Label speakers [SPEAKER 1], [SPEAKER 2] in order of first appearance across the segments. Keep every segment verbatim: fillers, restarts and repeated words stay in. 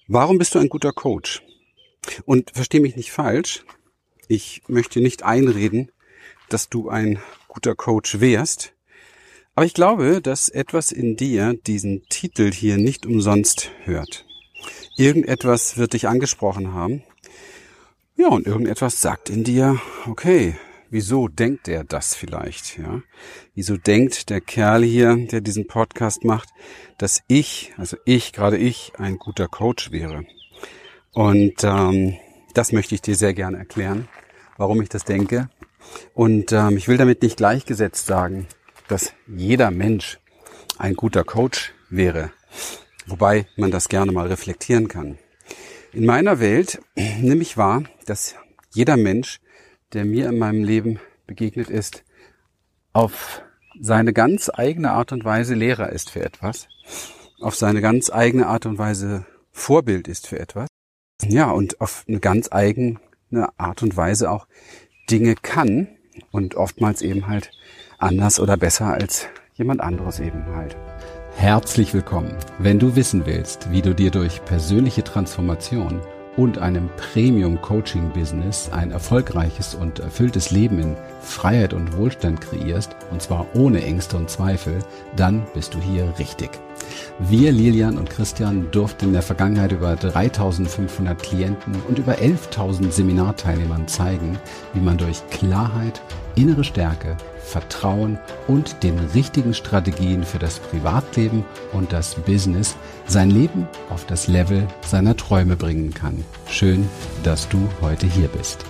[SPEAKER 1] Warum bist du ein guter Coach? Und versteh mich nicht falsch, ich möchte nicht einreden, dass du ein guter Coach wärst, aber ich glaube, dass etwas in dir diesen Titel hier nicht umsonst hört. Irgendetwas wird dich angesprochen haben, ja, und irgendetwas sagt in dir, okay, wieso denkt er das vielleicht, ja? Wieso denkt der Kerl hier, der diesen Podcast macht, dass ich, also ich, gerade ich, ein guter Coach wäre? Und ähm, das möchte ich dir sehr gerne erklären, warum ich das denke. Und ähm, ich will damit nicht gleichgesetzt sagen, dass jeder Mensch ein guter Coach wäre, wobei man das gerne mal reflektieren kann. In meiner Welt nehme ich wahr, dass jeder Mensch, der mir in meinem Leben begegnet ist, auf seine ganz eigene Art und Weise Lehrer ist für etwas, auf seine ganz eigene Art und Weise Vorbild ist für etwas, ja, und auf eine ganz eigene Art und Weise auch Dinge kann und oftmals eben halt anders oder besser als jemand anderes eben halt.
[SPEAKER 2] Herzlich willkommen. Wenn du wissen willst, wie du dir durch persönliche Transformation und einem Premium-Coaching-Business ein erfolgreiches und erfülltes Leben in Freiheit und Wohlstand kreierst, und zwar ohne Ängste und Zweifel, dann bist du hier richtig. Wir, Lilian und Christian, durften in der Vergangenheit über dreitausendfünfhundert Klienten und über elftausend Seminarteilnehmern zeigen, wie man durch Klarheit, innere Stärke, Vertrauen und den richtigen Strategien für das Privatleben und das Business sein Leben auf das Level seiner Träume bringen kann. Schön, dass du heute hier bist.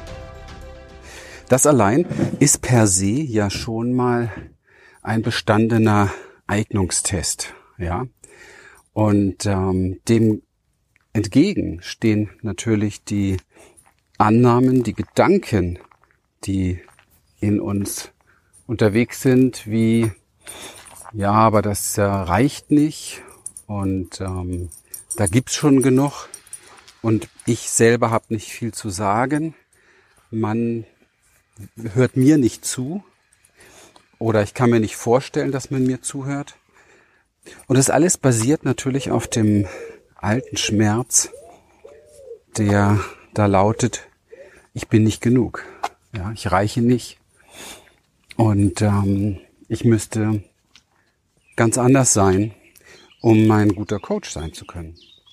[SPEAKER 1] Das allein ist per se ja schon mal ein bestandener Eignungstest, ja. Und ähm, dem entgegen stehen natürlich die Annahmen, die Gedanken, die in uns unterwegs sind, wie, ja, aber das äh, reicht nicht und ähm, da gibt's schon genug und ich selber habe nicht viel zu sagen, man hört mir nicht zu oder ich kann mir nicht vorstellen, dass man mir zuhört. Und das alles basiert natürlich auf dem alten Schmerz, der da lautet, ich bin nicht genug, ja, ich reiche nicht. Und ähm, ich müsste ganz anders sein, um ein guter Coach sein zu können.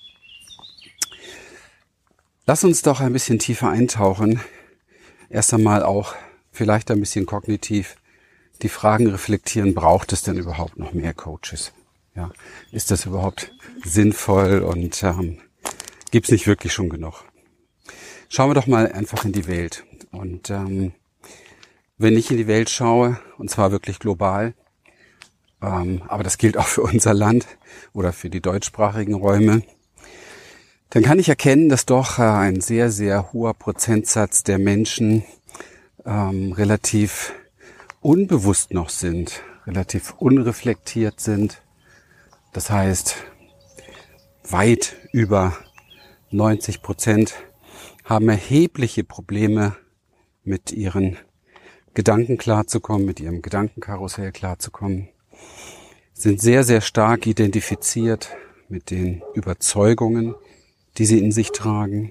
[SPEAKER 1] Lass uns doch ein bisschen tiefer eintauchen. Erst einmal auch vielleicht ein bisschen kognitiv die Fragen reflektieren, braucht es denn überhaupt noch mehr Coaches? Ja, ist das überhaupt sinnvoll und ähm, gibt es nicht wirklich schon genug? Schauen wir doch mal einfach in die Welt. Und ähm, wenn ich in die Welt schaue, und zwar wirklich global, ähm, aber das gilt auch für unser Land oder für die deutschsprachigen Räume, dann kann ich erkennen, dass doch äh, ein sehr, sehr hoher Prozentsatz der Menschen ähm, relativ unbewusst noch sind, relativ unreflektiert sind. Das heißt, weit über neunzig Prozent haben erhebliche Probleme mit ihren Gedanken klarzukommen, mit ihrem Gedankenkarussell klarzukommen, sind sehr, sehr stark identifiziert mit den Überzeugungen, die sie in sich tragen.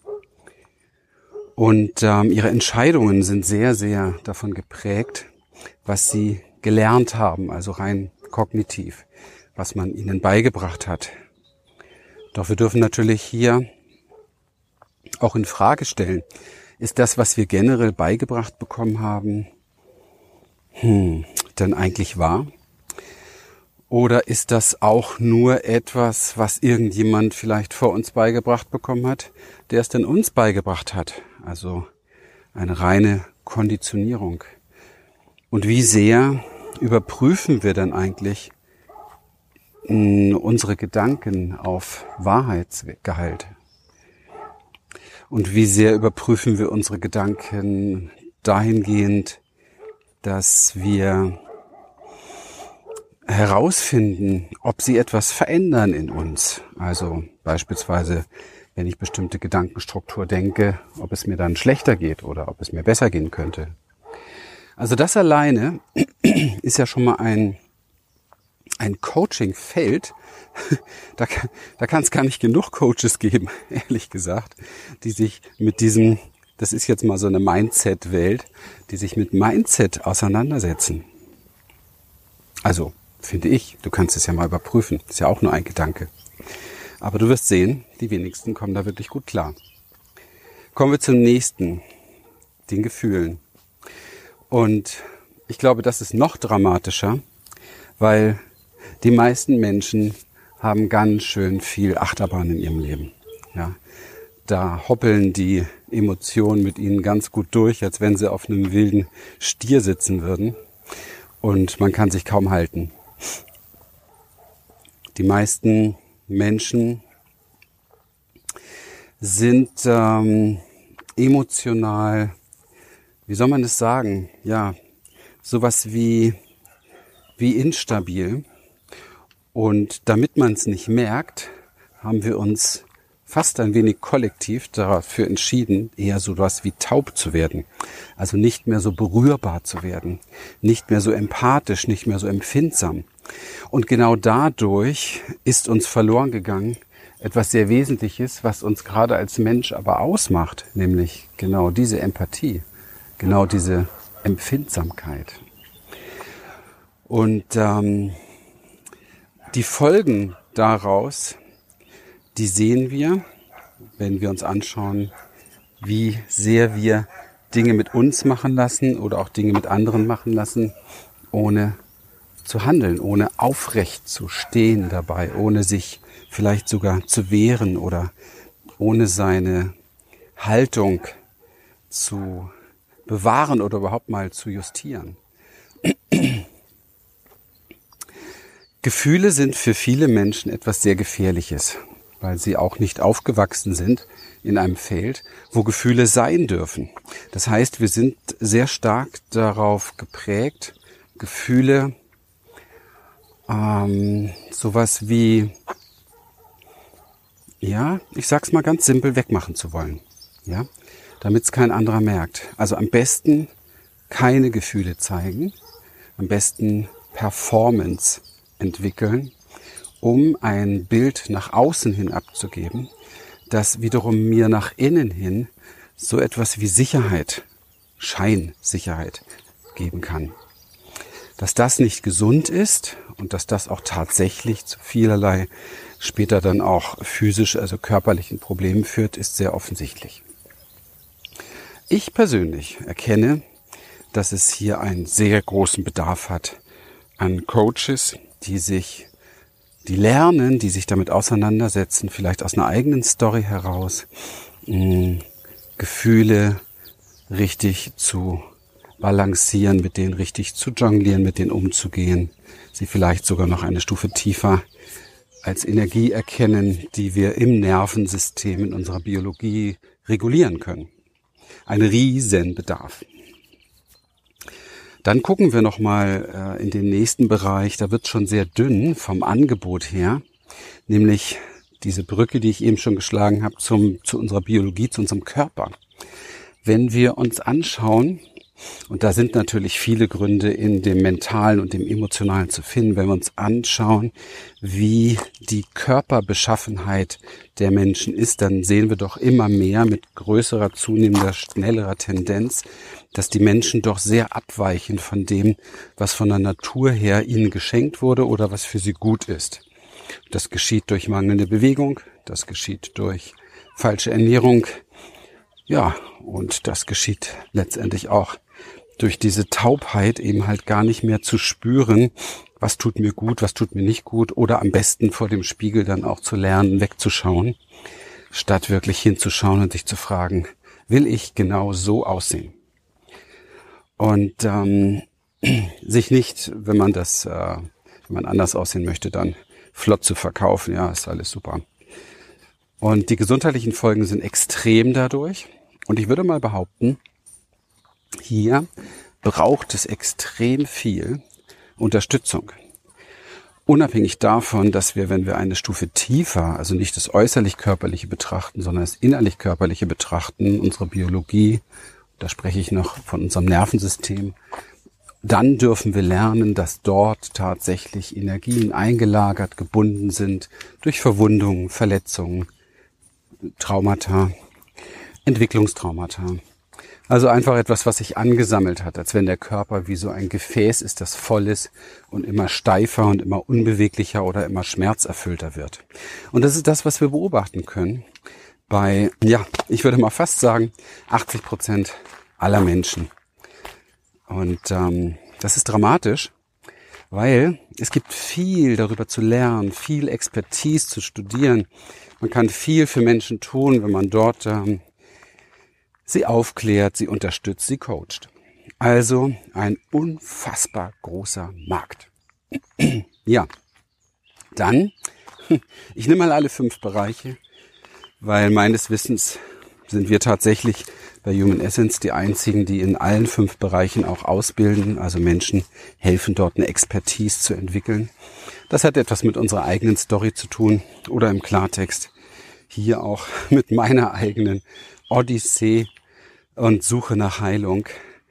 [SPEAKER 1] Und ähm, ihre Entscheidungen sind sehr, sehr davon geprägt, was sie gelernt haben, also rein kognitiv, was man ihnen beigebracht hat. Doch wir dürfen natürlich hier auch in Frage stellen, ist das, was wir generell beigebracht bekommen haben, hm, denn eigentlich wahr? Oder ist das auch nur etwas, was irgendjemand vielleicht vor uns beigebracht bekommen hat, der es denn uns beigebracht hat? Also eine reine Konditionierung. Und wie sehr überprüfen wir dann eigentlich mh, unsere Gedanken auf Wahrheitsgehalt? Und wie sehr überprüfen wir unsere Gedanken dahingehend, dass wir herausfinden, ob sie etwas verändern in uns. Also beispielsweise, wenn ich bestimmte Gedankenstruktur denke, ob es mir dann schlechter geht oder ob es mir besser gehen könnte. Also das alleine ist ja schon mal ein ein Coaching-Feld, da, da kann es gar nicht genug Coaches geben, ehrlich gesagt, die sich mit diesem, das ist jetzt mal so eine Mindset-Welt, die sich mit Mindset auseinandersetzen. Also, finde ich, du kannst es ja mal überprüfen, ist ja auch nur ein Gedanke. Aber du wirst sehen, die wenigsten kommen da wirklich gut klar. Kommen wir zum nächsten, den Gefühlen. Und ich glaube, das ist noch dramatischer, weil die meisten Menschen haben ganz schön viel Achterbahn in ihrem Leben. Ja, da hoppeln die Emotionen mit ihnen ganz gut durch, als wenn sie auf einem wilden Stier sitzen würden. Und man kann sich kaum halten. Die meisten Menschen sind ähm, emotional, wie soll man das sagen? Ja, sowas wie, wie instabil. Und damit man es nicht merkt, haben wir uns fast ein wenig kollektiv dafür entschieden, eher so was wie taub zu werden. Also nicht mehr so berührbar zu werden, nicht mehr so empathisch, nicht mehr so empfindsam. Und genau dadurch ist uns verloren gegangen etwas sehr Wesentliches, was uns gerade als Mensch aber ausmacht, nämlich genau diese Empathie, genau diese Empfindsamkeit. Und ähm, die Folgen daraus, die sehen wir, wenn wir uns anschauen, wie sehr wir Dinge mit uns machen lassen oder auch Dinge mit anderen machen lassen, ohne zu handeln, ohne aufrecht zu stehen dabei, ohne sich vielleicht sogar zu wehren oder ohne seine Haltung zu bewahren oder überhaupt mal zu justieren. Gefühle sind für viele Menschen etwas sehr Gefährliches, weil sie auch nicht aufgewachsen sind in einem Feld, wo Gefühle sein dürfen. Das heißt, wir sind sehr stark darauf geprägt, Gefühle ähm, sowas wie, ja, ich sag's mal ganz simpel, wegmachen zu wollen, ja, damit es kein anderer merkt. Also am besten keine Gefühle zeigen, am besten Performance entwickeln, um ein Bild nach außen hin abzugeben, das wiederum mir nach innen hin so etwas wie Sicherheit, Scheinsicherheit geben kann. Dass das nicht gesund ist und dass das auch tatsächlich zu vielerlei später dann auch physisch, also körperlichen Problemen führt, ist sehr offensichtlich. Ich persönlich erkenne, dass es hier einen sehr großen Bedarf hat an Coaches, die sich, die lernen, die sich damit auseinandersetzen, vielleicht aus einer eigenen Story heraus, mh, Gefühle richtig zu balancieren, mit denen richtig zu jonglieren, mit denen umzugehen, sie vielleicht sogar noch eine Stufe tiefer als Energie erkennen, die wir im Nervensystem, in unserer Biologie regulieren können. Ein Riesenbedarf. Dann gucken wir nochmal äh, in den nächsten Bereich, da wird es schon sehr dünn vom Angebot her, nämlich diese Brücke, die ich eben schon geschlagen habe, zum, zu unserer Biologie, zu unserem Körper. Wenn wir uns anschauen, und da sind natürlich viele Gründe in dem Mentalen und dem Emotionalen zu finden, wenn wir uns anschauen, wie die Körperbeschaffenheit der Menschen ist, dann sehen wir doch immer mehr mit größerer, zunehmender, schnellerer Tendenz, dass die Menschen doch sehr abweichen von dem, was von der Natur her ihnen geschenkt wurde oder was für sie gut ist. Das geschieht durch mangelnde Bewegung, das geschieht durch falsche Ernährung, ja, und das geschieht letztendlich auch durch diese Taubheit, eben halt gar nicht mehr zu spüren, was tut mir gut, was tut mir nicht gut, oder am besten vor dem Spiegel dann auch zu lernen, wegzuschauen, statt wirklich hinzuschauen und sich zu fragen, will ich genau so aussehen? Und ähm, sich nicht, wenn man das, äh, wenn man anders aussehen möchte, dann flott zu verkaufen, ja, ist alles super. Und die gesundheitlichen Folgen sind extrem dadurch. Und ich würde mal behaupten, hier braucht es extrem viel Unterstützung. Unabhängig davon, dass wir, wenn wir eine Stufe tiefer, also nicht das äußerlich-körperliche betrachten, sondern das innerlich-körperliche betrachten, unsere Biologie, da spreche ich noch von unserem Nervensystem, dann dürfen wir lernen, dass dort tatsächlich Energien eingelagert, gebunden sind durch Verwundungen, Verletzungen, Traumata, Entwicklungstraumata. Also einfach etwas, was sich angesammelt hat, als wenn der Körper wie so ein Gefäß ist, das voll ist und immer steifer und immer unbeweglicher oder immer schmerzerfüllter wird. Und das ist das, was wir beobachten können bei, ja, ich würde mal fast sagen, achtzig Prozent aller Menschen. Und ähm, das ist dramatisch, weil es gibt viel darüber zu lernen, viel Expertise zu studieren. Man kann viel für Menschen tun, wenn man dort ähm, sie aufklärt, sie unterstützt, sie coacht. Also ein unfassbar großer Markt. Ja, dann, ich nehme mal alle fünf Bereiche, weil meines Wissens sind wir tatsächlich bei Human Essence die einzigen, die in allen fünf Bereichen auch ausbilden, also Menschen helfen dort eine Expertise zu entwickeln. Das hat etwas mit unserer eigenen Story zu tun oder im Klartext hier auch mit meiner eigenen Odyssee und Suche nach Heilung.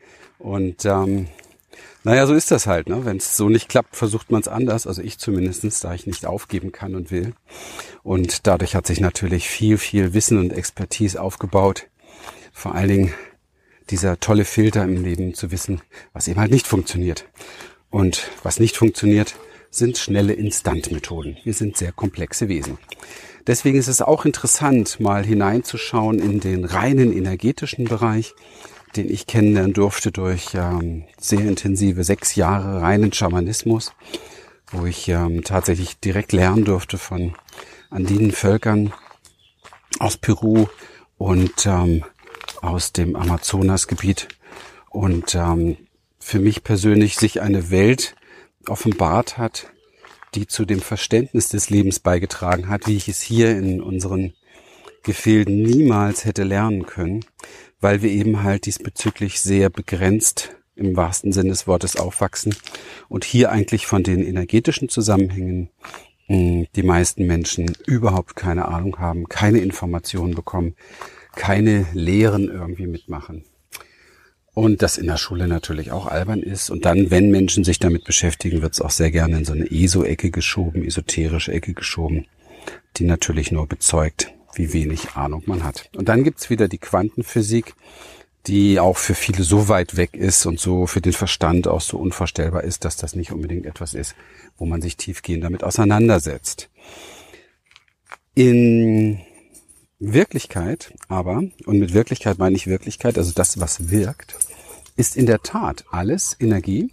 [SPEAKER 1] Und ähm, naja, so ist das halt, ne? Wenn es so nicht klappt, versucht man es anders. Also ich zumindestens, da ich nicht aufgeben kann und will. Und dadurch hat sich natürlich viel, viel Wissen und Expertise aufgebaut. Vor allen Dingen dieser tolle Filter im Leben zu wissen, was eben halt nicht funktioniert. Und was nicht funktioniert, sind schnelle Instantmethoden. Wir sind sehr komplexe Wesen. Deswegen ist es auch interessant, mal hineinzuschauen in den reinen energetischen Bereich, den ich kennenlernen durfte durch ähm, sehr intensive sechs Jahre reinen Schamanismus, wo ich ähm, tatsächlich direkt lernen durfte von andinen Völkern aus Peru und ähm, aus dem Amazonasgebiet. Und ähm, für mich persönlich sich eine Welt offenbart hat, die zu dem Verständnis des Lebens beigetragen hat, wie ich es hier in unseren Gefilden niemals hätte lernen können, weil wir eben halt diesbezüglich sehr begrenzt im wahrsten Sinne des Wortes aufwachsen und hier eigentlich von den energetischen Zusammenhängen mh, die meisten Menschen überhaupt keine Ahnung haben, keine Informationen bekommen, keine Lehren irgendwie mitmachen. Und das in der Schule natürlich auch albern ist. Und dann, wenn Menschen sich damit beschäftigen, wird es auch sehr gerne in so eine ESO-Ecke geschoben, esoterische Ecke geschoben, die natürlich nur bezeugt, wie wenig Ahnung man hat. Und dann gibt's wieder die Quantenphysik, die auch für viele so weit weg ist und so für den Verstand auch so unvorstellbar ist, dass das nicht unbedingt etwas ist, wo man sich tiefgehend damit auseinandersetzt. In Wirklichkeit aber, und mit Wirklichkeit meine ich Wirklichkeit, also das, was wirkt, ist in der Tat alles Energie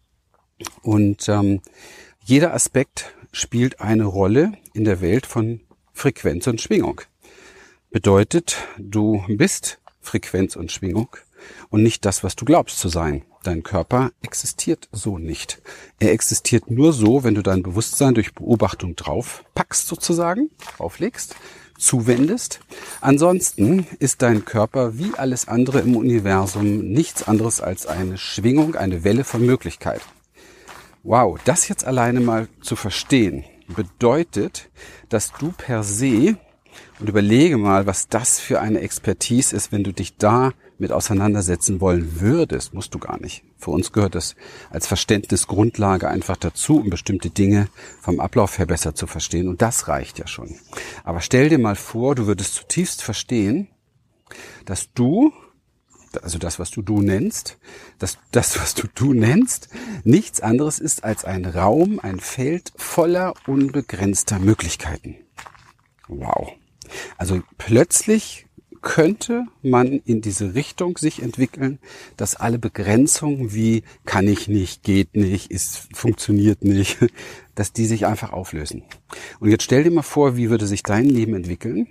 [SPEAKER 1] und ähm, jeder Aspekt spielt eine Rolle in der Welt von Frequenz und Schwingung. Bedeutet, du bist Frequenz und Schwingung und nicht das, was du glaubst zu sein. Dein Körper existiert so nicht. Er existiert nur so, wenn du dein Bewusstsein durch Beobachtung drauf packst sozusagen, drauflegst, zuwendest. Ansonsten ist dein Körper wie alles andere im Universum nichts anderes als eine Schwingung, eine Welle von Möglichkeit. Wow, das jetzt alleine mal zu verstehen, bedeutet, dass du per se, und überlege mal, was das für eine Expertise ist, wenn du dich da mit auseinandersetzen wollen würdest, musst du gar nicht. Für uns gehört das als Verständnisgrundlage einfach dazu, um bestimmte Dinge vom Ablauf her besser zu verstehen. Und das reicht ja schon. Aber stell dir mal vor, du würdest zutiefst verstehen, dass du, also das, was du du nennst, dass das, was du du nennst, nichts anderes ist als ein Raum, ein Feld voller unbegrenzter Möglichkeiten. Wow. Also plötzlich könnte man in diese Richtung sich entwickeln, dass alle Begrenzungen wie kann ich nicht, geht nicht, ist funktioniert nicht, dass die sich einfach auflösen. Und jetzt stell dir mal vor, wie würde sich dein Leben entwickeln,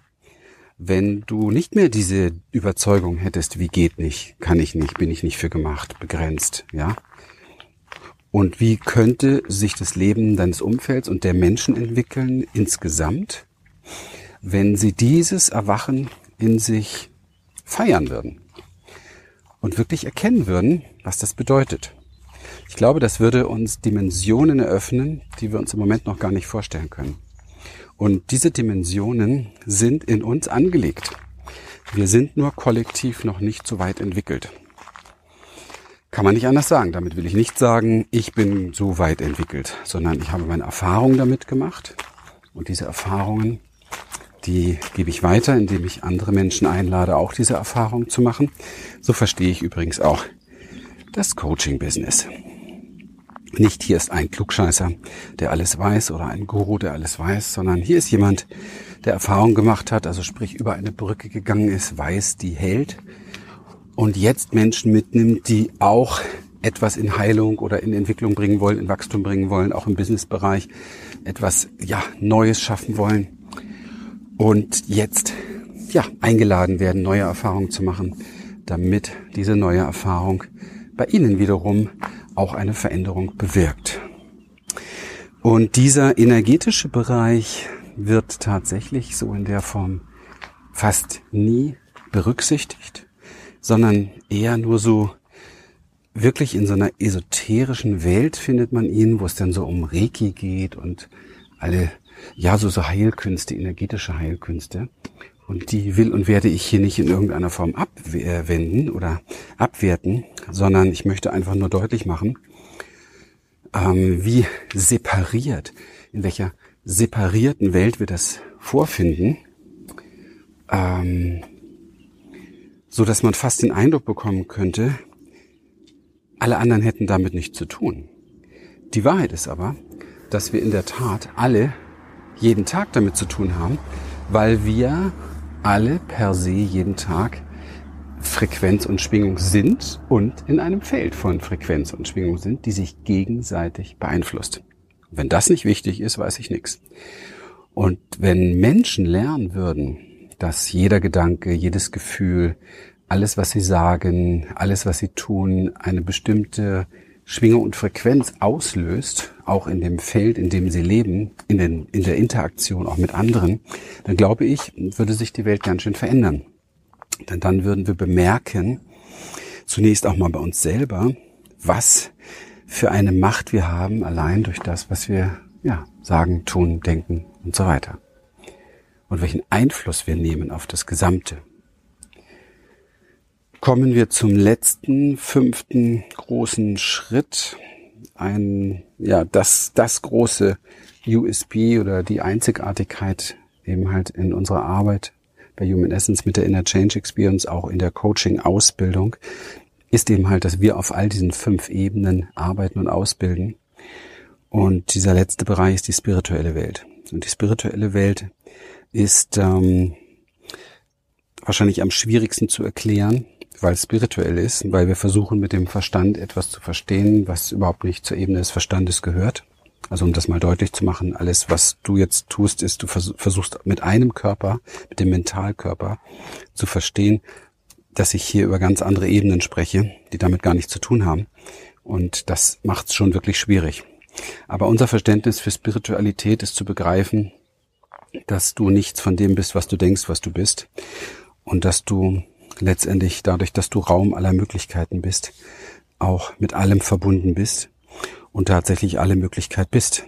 [SPEAKER 1] wenn du nicht mehr diese Überzeugung hättest, wie geht nicht, kann ich nicht, bin ich nicht für gemacht, begrenzt, ja? Und wie könnte sich das Leben deines Umfelds und der Menschen entwickeln insgesamt, wenn sie dieses Erwachen in sich feiern würden und wirklich erkennen würden, was das bedeutet. Ich glaube, das würde uns Dimensionen eröffnen, die wir uns im Moment noch gar nicht vorstellen können. Und diese Dimensionen sind in uns angelegt. Wir sind nur kollektiv noch nicht so weit entwickelt. Kann man nicht anders sagen. Damit will ich nicht sagen, ich bin so weit entwickelt, sondern ich habe meine Erfahrungen damit gemacht. Und diese Erfahrungen, die gebe ich weiter, indem ich andere Menschen einlade, auch diese Erfahrung zu machen. So verstehe ich übrigens auch das Coaching-Business. Nicht hier ist ein Klugscheißer, der alles weiß, oder ein Guru, der alles weiß, sondern hier ist jemand, der Erfahrung gemacht hat, also sprich über eine Brücke gegangen ist, weiß, die hält und jetzt Menschen mitnimmt, die auch etwas in Heilung oder in Entwicklung bringen wollen, in Wachstum bringen wollen, auch im Businessbereich etwas ja Neues schaffen wollen und jetzt ja eingeladen werden, neue Erfahrungen zu machen, damit diese neue Erfahrung bei ihnen wiederum auch eine Veränderung bewirkt. Und dieser energetische Bereich wird tatsächlich so in der Form fast nie berücksichtigt, sondern eher nur so wirklich in so einer esoterischen Welt findet man ihn, wo es dann so um Reiki geht und alle, ja, so, so Heilkünste, energetische Heilkünste. Und die will und werde ich hier nicht in irgendeiner Form abwenden oder abwerten, sondern ich möchte einfach nur deutlich machen, ähm, wie separiert, in welcher separierten Welt wir das vorfinden, ähm, so dass man fast den Eindruck bekommen könnte, alle anderen hätten damit nichts zu tun. Die Wahrheit ist aber, dass wir in der Tat alle jeden Tag damit zu tun haben, weil wir alle per se jeden Tag Frequenz und Schwingung sind und in einem Feld von Frequenz und Schwingung sind, die sich gegenseitig beeinflusst. Wenn das nicht wichtig ist, weiß ich nichts. Und wenn Menschen lernen würden, dass jeder Gedanke, jedes Gefühl, alles, was sie sagen, alles, was sie tun, eine bestimmte Schwingung und Frequenz auslöst, auch in dem Feld, in dem sie leben, in, den, in der Interaktion auch mit anderen, dann glaube ich, würde sich die Welt ganz schön verändern. Denn dann würden wir bemerken, zunächst auch mal bei uns selber, was für eine Macht wir haben, allein durch das, was wir ja sagen, tun, denken und so weiter. Und welchen Einfluss wir nehmen auf das Gesamte. Kommen wir zum letzten, fünften großen Schritt. Ein, ja, das, das große U S P oder die Einzigartigkeit eben halt in unserer Arbeit bei Human Essence mit der Inner Change Experience, auch in der Coaching-Ausbildung, ist eben halt, dass wir auf all diesen fünf Ebenen arbeiten und ausbilden. Und dieser letzte Bereich ist die spirituelle Welt. Und die spirituelle Welt ist ähm, wahrscheinlich am schwierigsten zu erklären, weil es spirituell ist, weil wir versuchen mit dem Verstand etwas zu verstehen, was überhaupt nicht zur Ebene des Verstandes gehört. Also um das mal deutlich zu machen, alles, was du jetzt tust, ist, du versuchst mit einem Körper, mit dem Mentalkörper zu verstehen, dass ich hier über ganz andere Ebenen spreche, die damit gar nichts zu tun haben. Und das macht es schon wirklich schwierig. Aber unser Verständnis für Spiritualität ist zu begreifen, dass du nichts von dem bist, was du denkst, was du bist. Und dass du letztendlich dadurch, dass du Raum aller Möglichkeiten bist, auch mit allem verbunden bist und tatsächlich alle Möglichkeit bist.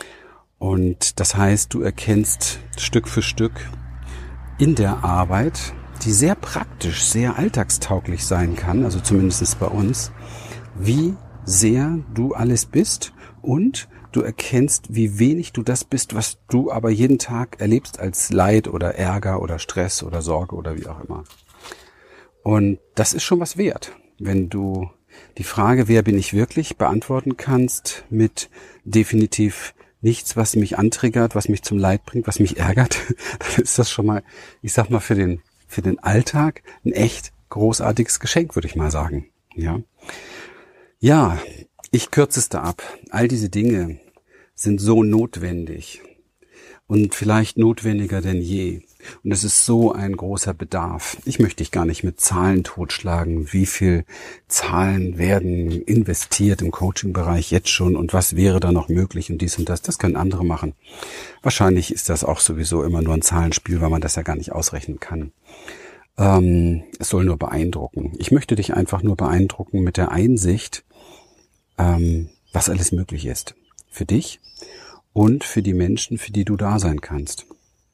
[SPEAKER 1] Und das heißt, du erkennst Stück für Stück in der Arbeit, die sehr praktisch, sehr alltagstauglich sein kann, also zumindest bei uns, wie sehr du alles bist und du erkennst, wie wenig du das bist, was du aber jeden Tag erlebst als Leid oder Ärger oder Stress oder Sorge oder wie auch immer. Und das ist schon was wert, wenn du die Frage, wer bin ich wirklich, beantworten kannst mit definitiv nichts, was mich antriggert, was mich zum Leid bringt, was mich ärgert, dann ist das schon mal, ich sag mal, für den, für den Alltag ein echt großartiges Geschenk, würde ich mal sagen. Ja, ja, ich kürze es da ab. All diese Dinge sind so notwendig und vielleicht notwendiger denn je. Und es ist so ein großer Bedarf. Ich möchte dich gar nicht mit Zahlen totschlagen. Wie viel Zahlen werden investiert im Coaching-Bereich jetzt schon und was wäre da noch möglich und dies und das. Das können andere machen. Wahrscheinlich ist das auch sowieso immer nur ein Zahlenspiel, weil man das ja gar nicht ausrechnen kann. Ähm, es soll nur beeindrucken. Ich möchte dich einfach nur beeindrucken mit der Einsicht, ähm, was alles möglich ist. Für dich und für die Menschen, für die du da sein kannst.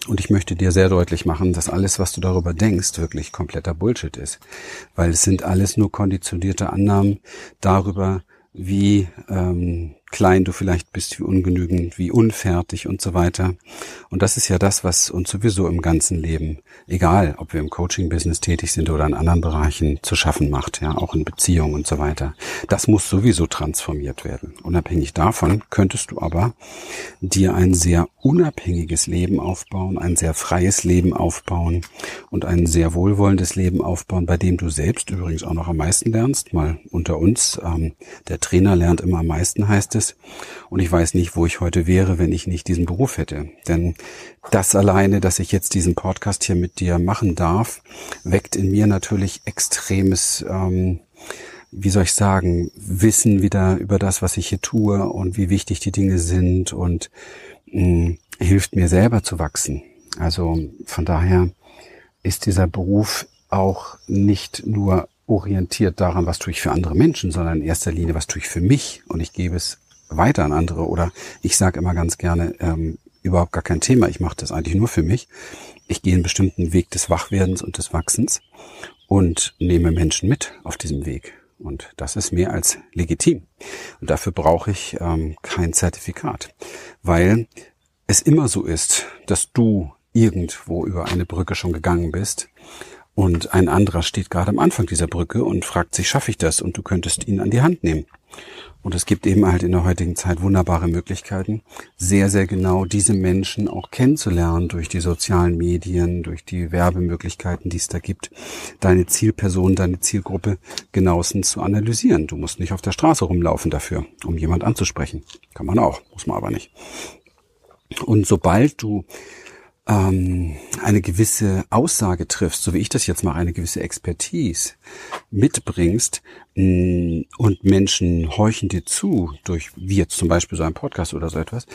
[SPEAKER 1] Und ich möchte dir sehr deutlich machen, dass alles, was du darüber denkst, wirklich kompletter Bullshit ist. Weil es sind alles nur konditionierte Annahmen darüber, wie ähm, klein du vielleicht bist, wie ungenügend, wie unfertig und so weiter. Und das ist ja das, was uns sowieso im ganzen Leben, egal ob wir im Coaching-Business tätig sind oder in anderen Bereichen, zu schaffen macht, ja, auch in Beziehungen und so weiter. Das muss sowieso transformiert werden. Unabhängig davon könntest du aber dir ein sehr unabhängiges Leben aufbauen, ein sehr freies Leben aufbauen und ein sehr wohlwollendes Leben aufbauen, bei dem du selbst übrigens auch noch am meisten lernst. Mal unter uns, ähm, der Trainer lernt immer am meisten, heißt es. Und ich weiß nicht, wo ich heute wäre, wenn ich nicht diesen Beruf hätte. Denn das alleine, dass ich jetzt diesen Podcast hier mit dir machen darf, weckt in mir natürlich extremes, ähm, wie soll ich sagen, Wissen wieder über das, was ich hier tue und wie wichtig die Dinge sind und mh, hilft mir selber zu wachsen. Also von daher ist dieser Beruf auch nicht nur orientiert daran, was tue ich für andere Menschen, sondern in erster Linie, was tue ich für mich, und ich gebe es weiter an andere. Oder ich sage immer ganz gerne, ähm, überhaupt gar kein Thema, ich mache das eigentlich nur für mich. Ich gehe einen bestimmten Weg des Wachwerdens und des Wachsens und nehme Menschen mit auf diesem Weg. Und das ist mehr als legitim. Und dafür brauche ich ähm, kein Zertifikat, weil es immer so ist, dass du irgendwo über eine Brücke schon gegangen bist und ein anderer steht gerade am Anfang dieser Brücke und fragt sich, schaffe ich das? Und du könntest ihn an die Hand nehmen. Und es gibt eben halt in der heutigen Zeit wunderbare Möglichkeiten, sehr, sehr genau diese Menschen auch kennenzulernen durch die sozialen Medien, durch die Werbemöglichkeiten, die es da gibt, deine Zielperson, deine Zielgruppe genauestens zu analysieren. Du musst nicht auf der Straße rumlaufen dafür, um jemand anzusprechen. Kann man auch, muss man aber nicht. Und sobald du ähm, eine gewisse Aussage triffst, so wie ich das jetzt mache, eine gewisse Expertise mitbringst mh, und Menschen horchen dir zu, durch wie jetzt zum Beispiel so ein Podcast oder so etwas,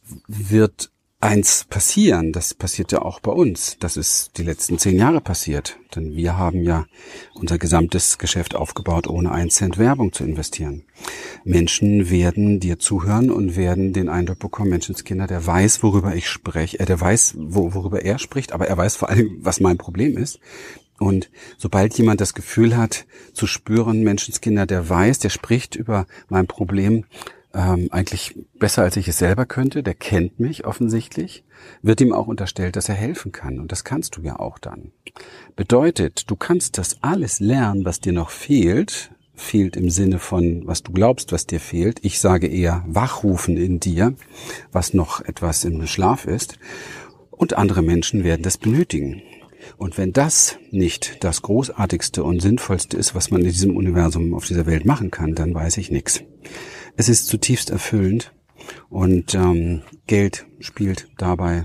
[SPEAKER 1] wird eins passieren. Das passiert ja auch bei uns. Das ist die letzten zehn Jahre passiert. Denn wir haben ja unser gesamtes Geschäft aufgebaut, ohne einen Cent Werbung zu investieren. Menschen werden dir zuhören und werden den Eindruck bekommen, Menschenskinder, der weiß, worüber ich spreche, äh, der weiß, wo, worüber er spricht, aber er weiß vor allem, was mein Problem ist. Und sobald jemand das Gefühl hat, zu spüren, Menschenskinder, der weiß, der spricht über mein Problem, Ähm, eigentlich besser, als ich es selber könnte, der kennt mich offensichtlich, wird ihm auch unterstellt, dass er helfen kann. Und das kannst du ja auch dann. Bedeutet, du kannst das alles lernen, was dir noch fehlt, fehlt im Sinne von, was du glaubst, was dir fehlt. Ich sage eher wachrufen in dir, was noch etwas im Schlaf ist. Und andere Menschen werden das benötigen. Und wenn das nicht das Großartigste und Sinnvollste ist, was man in diesem Universum auf dieser Welt machen kann, dann weiß ich nichts. Es ist zutiefst erfüllend und ähm, Geld spielt dabei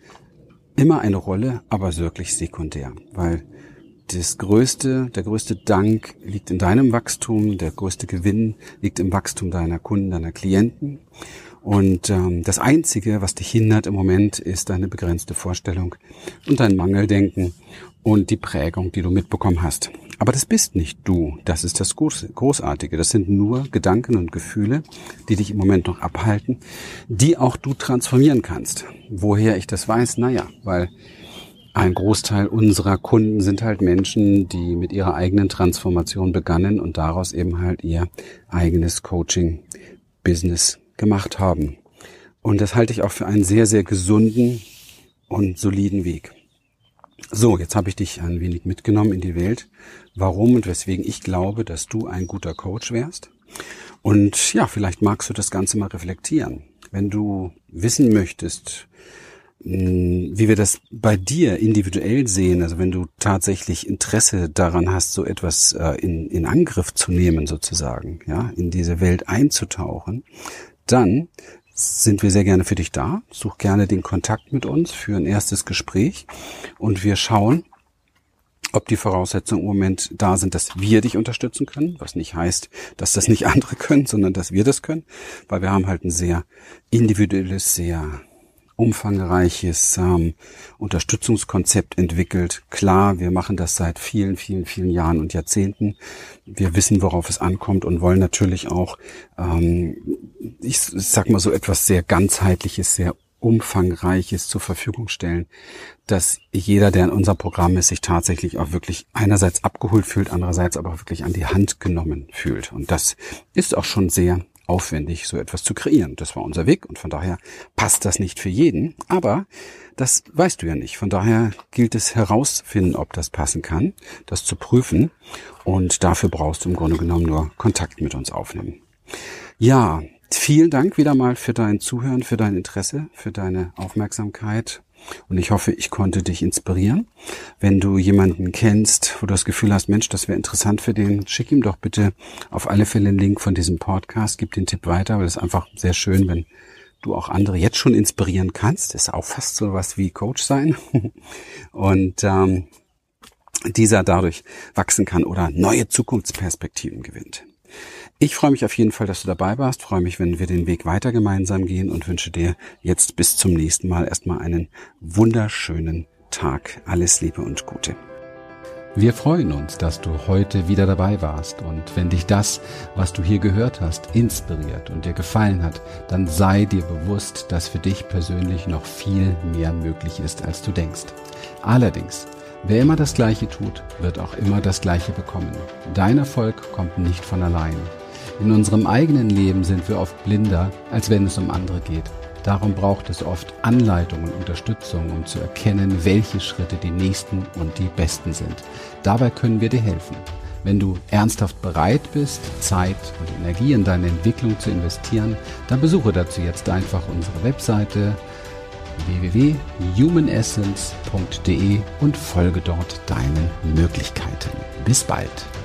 [SPEAKER 1] immer eine Rolle, aber wirklich sekundär, weil das größte, der größte Dank liegt in deinem Wachstum, der größte Gewinn liegt im Wachstum deiner Kunden, deiner Klienten. Und ähm, das Einzige, was dich hindert im Moment, ist deine begrenzte Vorstellung und dein Mangeldenken und die Prägung, die du mitbekommen hast. Aber das bist nicht du, das ist das Großartige. Das sind nur Gedanken und Gefühle, die dich im Moment noch abhalten, die auch du transformieren kannst. Woher ich das weiß? Naja, weil ein Großteil unserer Kunden sind halt Menschen, die mit ihrer eigenen Transformation begannen und daraus eben halt ihr eigenes Coaching-Business gemacht haben. Und das halte ich auch für einen sehr, sehr gesunden und soliden Weg. So, jetzt habe ich dich ein wenig mitgenommen in die Welt, warum und weswegen ich glaube, dass du ein guter Coach wärst. Und ja, vielleicht magst du das Ganze mal reflektieren. Wenn du wissen möchtest, wie wir das bei dir individuell sehen, also wenn du tatsächlich Interesse daran hast, so etwas in, in Angriff zu nehmen sozusagen, ja, in diese Welt einzutauchen, dann sind wir sehr gerne für dich da. Such gerne den Kontakt mit uns für ein erstes Gespräch und wir schauen, ob die Voraussetzungen im Moment da sind, dass wir dich unterstützen können, was nicht heißt, dass das nicht andere können, sondern dass wir das können, weil wir haben halt ein sehr individuelles, sehr umfangreiches ähm, Unterstützungskonzept entwickelt. Klar, wir machen das seit vielen, vielen, vielen Jahren und Jahrzehnten. Wir wissen, worauf es ankommt und wollen natürlich auch, ähm, ich, ich sag mal so etwas sehr ganzheitliches, sehr Umfangreiches zur Verfügung stellen, dass jeder, der in unserem Programm ist, sich tatsächlich auch wirklich einerseits abgeholt fühlt, andererseits aber auch wirklich an die Hand genommen fühlt. Und das ist auch schon sehr aufwendig, so etwas zu kreieren. Das war unser Weg und von daher passt das nicht für jeden. Aber das weißt du ja nicht. Von daher gilt es herauszufinden, ob das passen kann, das zu prüfen. Und dafür brauchst du im Grunde genommen nur Kontakt mit uns aufnehmen. Ja, vielen Dank wieder mal für dein Zuhören, für dein Interesse, für deine Aufmerksamkeit. Und ich hoffe, ich konnte dich inspirieren. Wenn du jemanden kennst, wo du das Gefühl hast, Mensch, das wäre interessant für den, schick ihm doch bitte auf alle Fälle einen Link von diesem Podcast, gib den Tipp weiter, weil es ist einfach sehr schön, wenn du auch andere jetzt schon inspirieren kannst. Das ist auch fast so was wie Coach sein. Und ähm, dieser dadurch wachsen kann oder neue Zukunftsperspektiven gewinnt. Ich freue mich auf jeden Fall, dass du dabei warst, freue mich, wenn wir den Weg weiter gemeinsam gehen und wünsche dir jetzt bis zum nächsten Mal erstmal einen wunderschönen Tag. Alles Liebe und Gute.
[SPEAKER 2] Wir freuen uns, dass du heute wieder dabei warst und wenn dich das, was du hier gehört hast, inspiriert und dir gefallen hat, dann sei dir bewusst, dass für dich persönlich noch viel mehr möglich ist, als du denkst. Allerdings, wer immer das Gleiche tut, wird auch immer das Gleiche bekommen. Dein Erfolg kommt nicht von allein. In unserem eigenen Leben sind wir oft blinder, als wenn es um andere geht. Darum braucht es oft Anleitung und Unterstützung, um zu erkennen, welche Schritte die nächsten und die besten sind. Dabei können wir dir helfen. Wenn du ernsthaft bereit bist, Zeit und Energie in deine Entwicklung zu investieren, dann besuche dazu jetzt einfach unsere Webseite w w w punkt human essence punkt d e und folge dort deinen Möglichkeiten. Bis bald!